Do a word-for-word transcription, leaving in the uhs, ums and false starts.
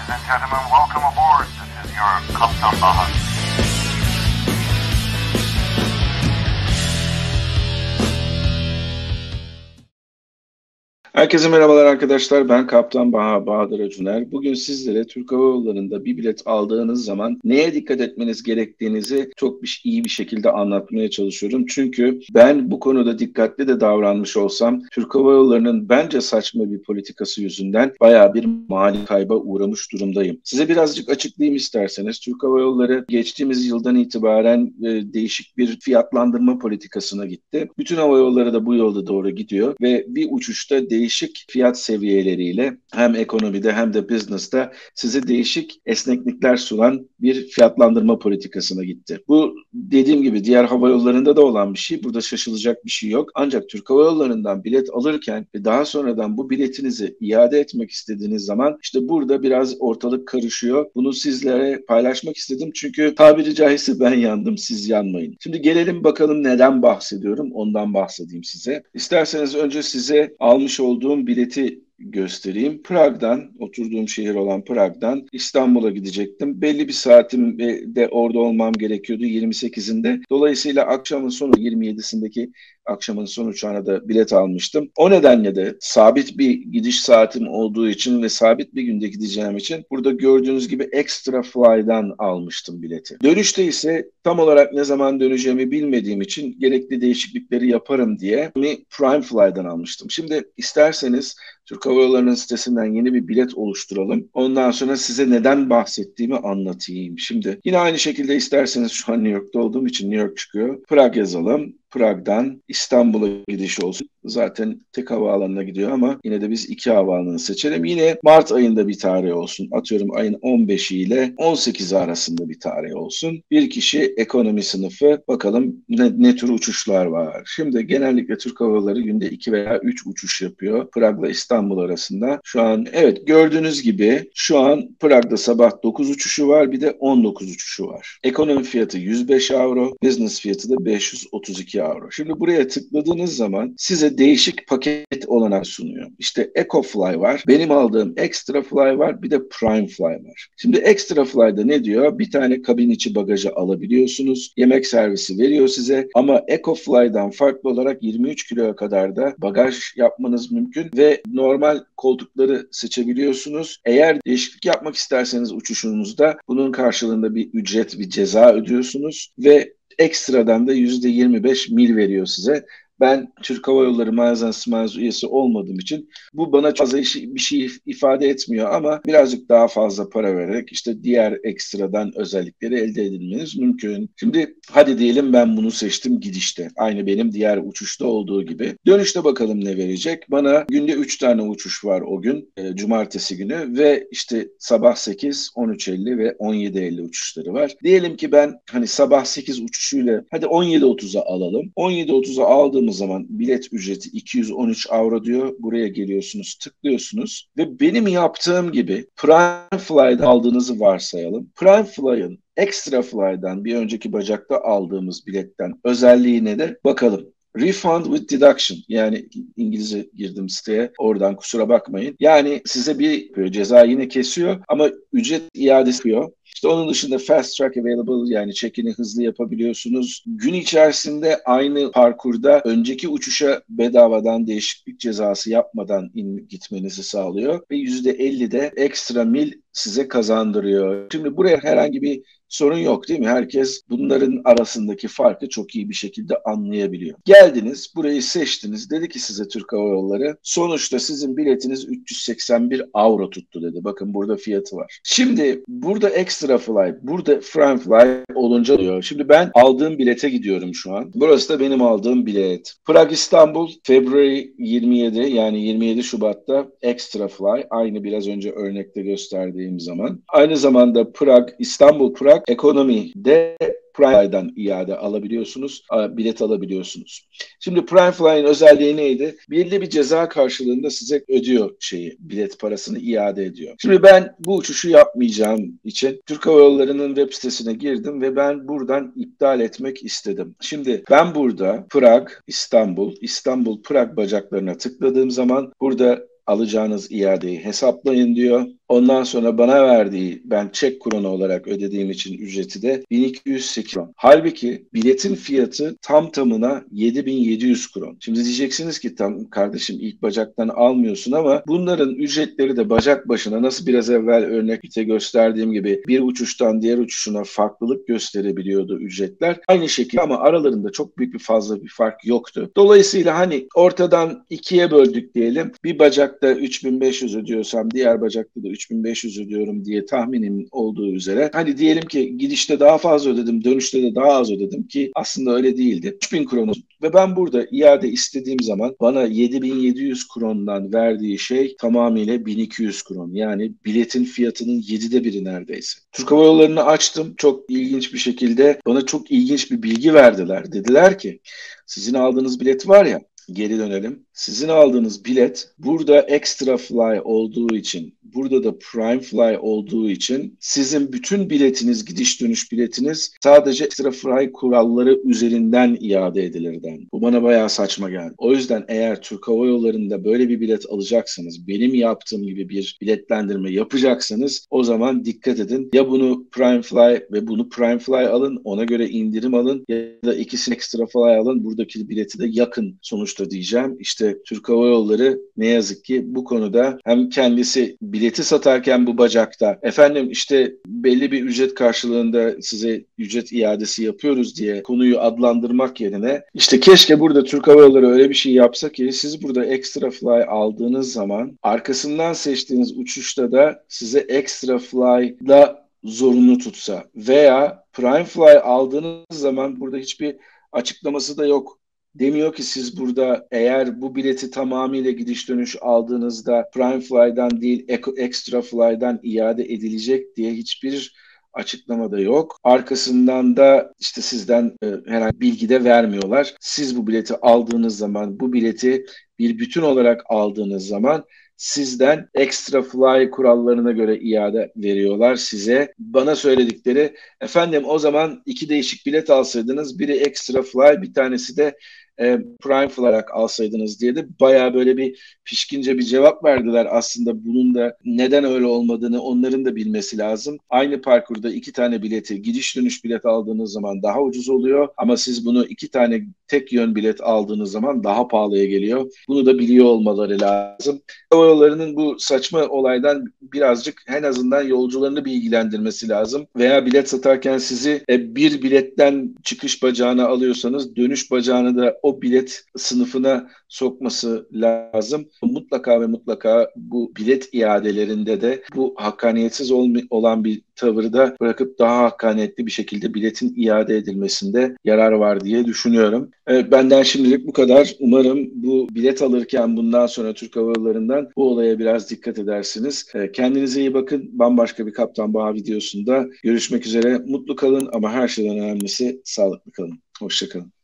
and gentlemen, welcome aboard. This is your Kaptan Bahar. Herkese merhabalar arkadaşlar. Ben Kaptan Baha, Bahadır Acuner. Bugün sizlere Türk Hava Yolları'nda bir bilet aldığınız zaman neye dikkat etmeniz gerektiğinizi çok bir, iyi bir şekilde anlatmaya çalışıyorum. Çünkü ben bu konuda dikkatli de davranmış olsam Türk Hava Yolları'nın bence saçma bir politikası yüzünden bayağı bir mali kayba uğramış durumdayım. Size birazcık açıklayayım isterseniz. Türk Hava Yolları geçtiğimiz yıldan itibaren e, değişik bir fiyatlandırma politikasına gitti. Bütün hava yolları da bu yolda doğru gidiyor ve bir uçuşta değişik fiyat seviyeleriyle hem ekonomide hem de business'ta size değişik esneklikler sunan bir fiyatlandırma politikasına gitti. Bu dediğim gibi diğer hava yollarında da olan bir şey. Burada şaşılacak bir şey yok. Ancak Türk Hava Yolları'ndan bilet alırken ve daha sonradan bu biletinizi iade etmek istediğiniz zaman işte burada biraz ortalık karışıyor. Bunu sizlere paylaşmak istedim. Çünkü tabiri caizse ben yandım, siz yanmayın. Şimdi gelelim bakalım neden bahsediyorum. Ondan bahsedeyim size. İsterseniz önce size almış olduğum olduğum bileti göstereyim. Prag'dan, oturduğum şehir olan Prag'dan İstanbul'a gidecektim. Belli bir saatim de orada olmam gerekiyordu yirmi sekizinde. Dolayısıyla akşamın sonu yirmi yedisindeki akşamın son uçağına da bilet almıştım. O nedenle de sabit bir gidiş saatim olduğu için ve sabit bir günde gideceğim için burada gördüğünüz gibi Extra Fly'dan almıştım bileti. Dönüşte ise tam olarak ne zaman döneceğimi bilmediğim için gerekli değişiklikleri yaparım diye Prime Fly'dan almıştım. Şimdi isterseniz Türk Hava Yolları'nın sitesinden yeni bir bilet oluşturalım. Ondan sonra size neden bahsettiğimi anlatayım. Şimdi yine aynı şekilde isterseniz şu an New York'ta olduğum için New York çıkıyor. Prag yazalım. Prag'dan İstanbul'a gidiş olsun. Zaten tek havaalanına gidiyor ama yine de biz iki havaalanını seçelim. Yine Mart ayında bir tarih olsun. Atıyorum ayın on beşi ile on sekizi arasında bir tarih olsun. Bir kişi ekonomi sınıfı. Bakalım ne, ne tür uçuşlar var. Şimdi genellikle Türk Hava Yolları günde iki veya üç uçuş yapıyor. Prag'la İstanbul arasında. Şu an evet gördüğünüz gibi şu an Prag'da sabah dokuz uçuşu var. Bir de on dokuz uçuşu var. Ekonomi fiyatı yüz beş avro. Business fiyatı da beş yüz otuz iki avro. Şimdi buraya tıkladığınız zaman size değişik paket olanak sunuyor. İşte EcoFly var. Benim aldığım Extra Fly var. Bir de Prime Fly var. Şimdi Extra Fly'da ne diyor? Bir tane kabin içi bagajı alabiliyorsunuz. Yemek servisi veriyor size. Ama EcoFly'dan farklı olarak yirmi üç kiloya kadar da bagaj yapmanız mümkün ve normal koltukları seçebiliyorsunuz. Eğer değişiklik yapmak isterseniz uçuşunuzda bunun karşılığında bir ücret, bir ceza ödüyorsunuz ve ekstradan da yüzde yirmi beş mil veriyor size. Ben Türk Hava Yolları Miles and Smiles üyesi olmadığım için bu bana çok fazla bir şey ifade etmiyor ama birazcık daha fazla para vererek işte diğer ekstradan özellikleri elde edilmeniz mümkün. Şimdi hadi diyelim ben bunu seçtim gidişte. Aynı benim diğer uçuşta olduğu gibi. Dönüşte bakalım ne verecek. Bana günde üç tane uçuş var o gün. E, cumartesi günü ve işte sabah sekiz, on üç elli ve on yedi elli uçuşları var. Diyelim ki ben hani sabah sekiz uçuşuyla hadi on yedi otuza alalım. on yedi otuza aldığım zaman bilet ücreti iki yüz on üç avro diyor. Buraya geliyorsunuz, tıklıyorsunuz ve benim yaptığım gibi Prime Fly'da aldığınızı varsayalım. Prime Fly'ın Extra Fly'dan bir önceki bacakta aldığımız biletten özelliğine de bakalım. Refund with deduction, yani İngilizce girdim siteye, oradan kusura bakmayın. Yani size bir ceza yine kesiyor ama ücret iadesi yapıyor. İşte onun dışında fast track available, yani check-in'i hızlı yapabiliyorsunuz. Gün içerisinde aynı parkurda önceki uçuşa bedavadan değişiklik cezası yapmadan in, gitmenizi sağlıyor. Ve yüzde elli de ekstra mil size kazandırıyor. Şimdi buraya herhangi bir sorun yok değil mi? Herkes bunların arasındaki farkı çok iyi bir şekilde anlayabiliyor. Geldiniz, burayı seçtiniz. Dedi ki size Türk Hava Yolları, sonuçta sizin biletiniz üç yüz seksen bir avro tuttu dedi. Bakın burada fiyatı var. Şimdi burada Extra Fly, burada Prime Fly olunca oluyor. Şimdi ben aldığım bilete gidiyorum şu an. Burası da benim aldığım bilet. Prag İstanbul, February yirmi yedi, yani yirmi yedi Şubat'ta Extra Fly. Aynı biraz önce örnekte gösterdiğim zaman. Aynı zamanda Prag, İstanbul Prag ekonomide Prime Fly'dan iade alabiliyorsunuz, bilet alabiliyorsunuz. Şimdi Prime Fly'in özelliği neydi? Belli bir ceza karşılığında size ödüyor şeyi, bilet parasını iade ediyor. Şimdi ben bu uçuşu yapmayacağım için Türk Hava Yolları'nın web sitesine girdim ve ben buradan iptal etmek istedim. Şimdi ben burada Prag, İstanbul, İstanbul, Prag bacaklarına tıkladığım zaman burada alacağınız iadeyi hesaplayın diyor. Ondan sonra bana verdiği, ben çek kurunu olarak ödediğim için ücreti de bin iki yüz sekiz kron. Halbuki biletin fiyatı tam tamına yedi bin yedi yüz kron. Şimdi diyeceksiniz ki tam kardeşim ilk bacaktan almıyorsun ama bunların ücretleri de bacak başına nasıl biraz evvel örnekte gösterdiğim gibi bir uçuştan diğer uçuşuna farklılık gösterebiliyordu ücretler. Aynı şekilde ama aralarında çok büyük bir fazla bir fark yoktu. Dolayısıyla hani ortadan ikiye böldük diyelim. Bir bacakta üç bin beş yüz ödüyorsam diğer bacakta da üç bin beş yüz ödüyorum diye tahminimin olduğu üzere. Hani diyelim ki gidişte daha fazla ödedim, dönüşte de daha az ödedim ki aslında öyle değildi. üç bin kron ve ben burada iade istediğim zaman bana yedi bin yedi yüz krondan verdiği şey tamamıyla bin iki yüz kron. Yani biletin fiyatının yedide biri neredeyse. Türk Hava Yolları'nı açtım. Çok ilginç bir şekilde bana çok ilginç bir bilgi verdiler. Dediler ki sizin aldığınız bilet var ya, geri dönelim. Sizin aldığınız bilet burada Extra Fly olduğu için, burada da Prime Fly olduğu için sizin bütün biletiniz, gidiş dönüş biletiniz sadece Extra Fly kuralları üzerinden iade edilir dendi. Bu bana bayağı saçma geldi. O yüzden eğer Türk Hava Yolları'nda böyle bir bilet alacaksanız, benim yaptığım gibi bir biletlendirme yapacaksanız o zaman dikkat edin. Ya bunu Prime Fly ve bunu Prime Fly alın, ona göre indirim alın ya da ikisini Extra Fly alın. Buradaki bileti de yakın sonuçta diyeceğim. İşte Türk Hava Yolları ne yazık ki bu konuda hem kendisi bileti satarken bu bacakta efendim işte belli bir ücret karşılığında size ücret iadesi yapıyoruz diye konuyu adlandırmak yerine işte keşke burada Türk Hava Yolları öyle bir şey yapsa ki siz burada Extra Fly aldığınız zaman arkasından seçtiğiniz uçuşta da size Extra Fly'la zorunlu tutsa veya Prime Fly aldığınız zaman burada hiçbir açıklaması da yok. Demiyor ki siz burada eğer bu bileti tamamıyla gidiş dönüş aldığınızda Prime Fly'dan değil Extra Fly'dan iade edilecek diye hiçbir açıklama da yok. Arkasından da işte sizden e, herhangi bilgi de vermiyorlar. Siz bu bileti aldığınız zaman, bu bileti bir bütün olarak aldığınız zaman sizden Extra Fly kurallarına göre iade veriyorlar size. Bana söyledikleri efendim o zaman iki değişik bilet alsaydınız, biri Extra Fly, bir tanesi de e, Prime Fly olarak alsaydınız diye de bayağı böyle bir pişkince bir cevap verdiler. Aslında bunun da neden öyle olmadığını onların da bilmesi lazım. Aynı parkurda iki tane bileti, gidiş dönüş bilet aldığınız zaman daha ucuz oluyor ama siz bunu iki tane tek yön bilet aldığınız zaman daha pahalıya geliyor. Bunu da biliyor olmaları lazım. Hava yollarının bu saçma olaydan birazcık en azından yolcularını bilgilendirmesi lazım. Veya bilet satarken sizi e, bir biletten çıkış bacağına alıyorsanız dönüş bacağını da o bilet sınıfına sokması lazım. Mutlaka ve mutlaka bu bilet iadelerinde de bu hakkaniyetsiz olan bir tavırı da bırakıp daha hakkaniyetli bir şekilde biletin iade edilmesinde yarar var diye düşünüyorum. E, benden şimdilik bu kadar. Umarım bu bilet alırken bundan sonra Türk Hava Yolları'ndan bu olaya biraz dikkat edersiniz. E, kendinize iyi bakın. Bambaşka bir Kaptan Baha videosunda görüşmek üzere. Mutlu kalın ama her şeyden önemlisi sağlıklı kalın. Hoşça kalın.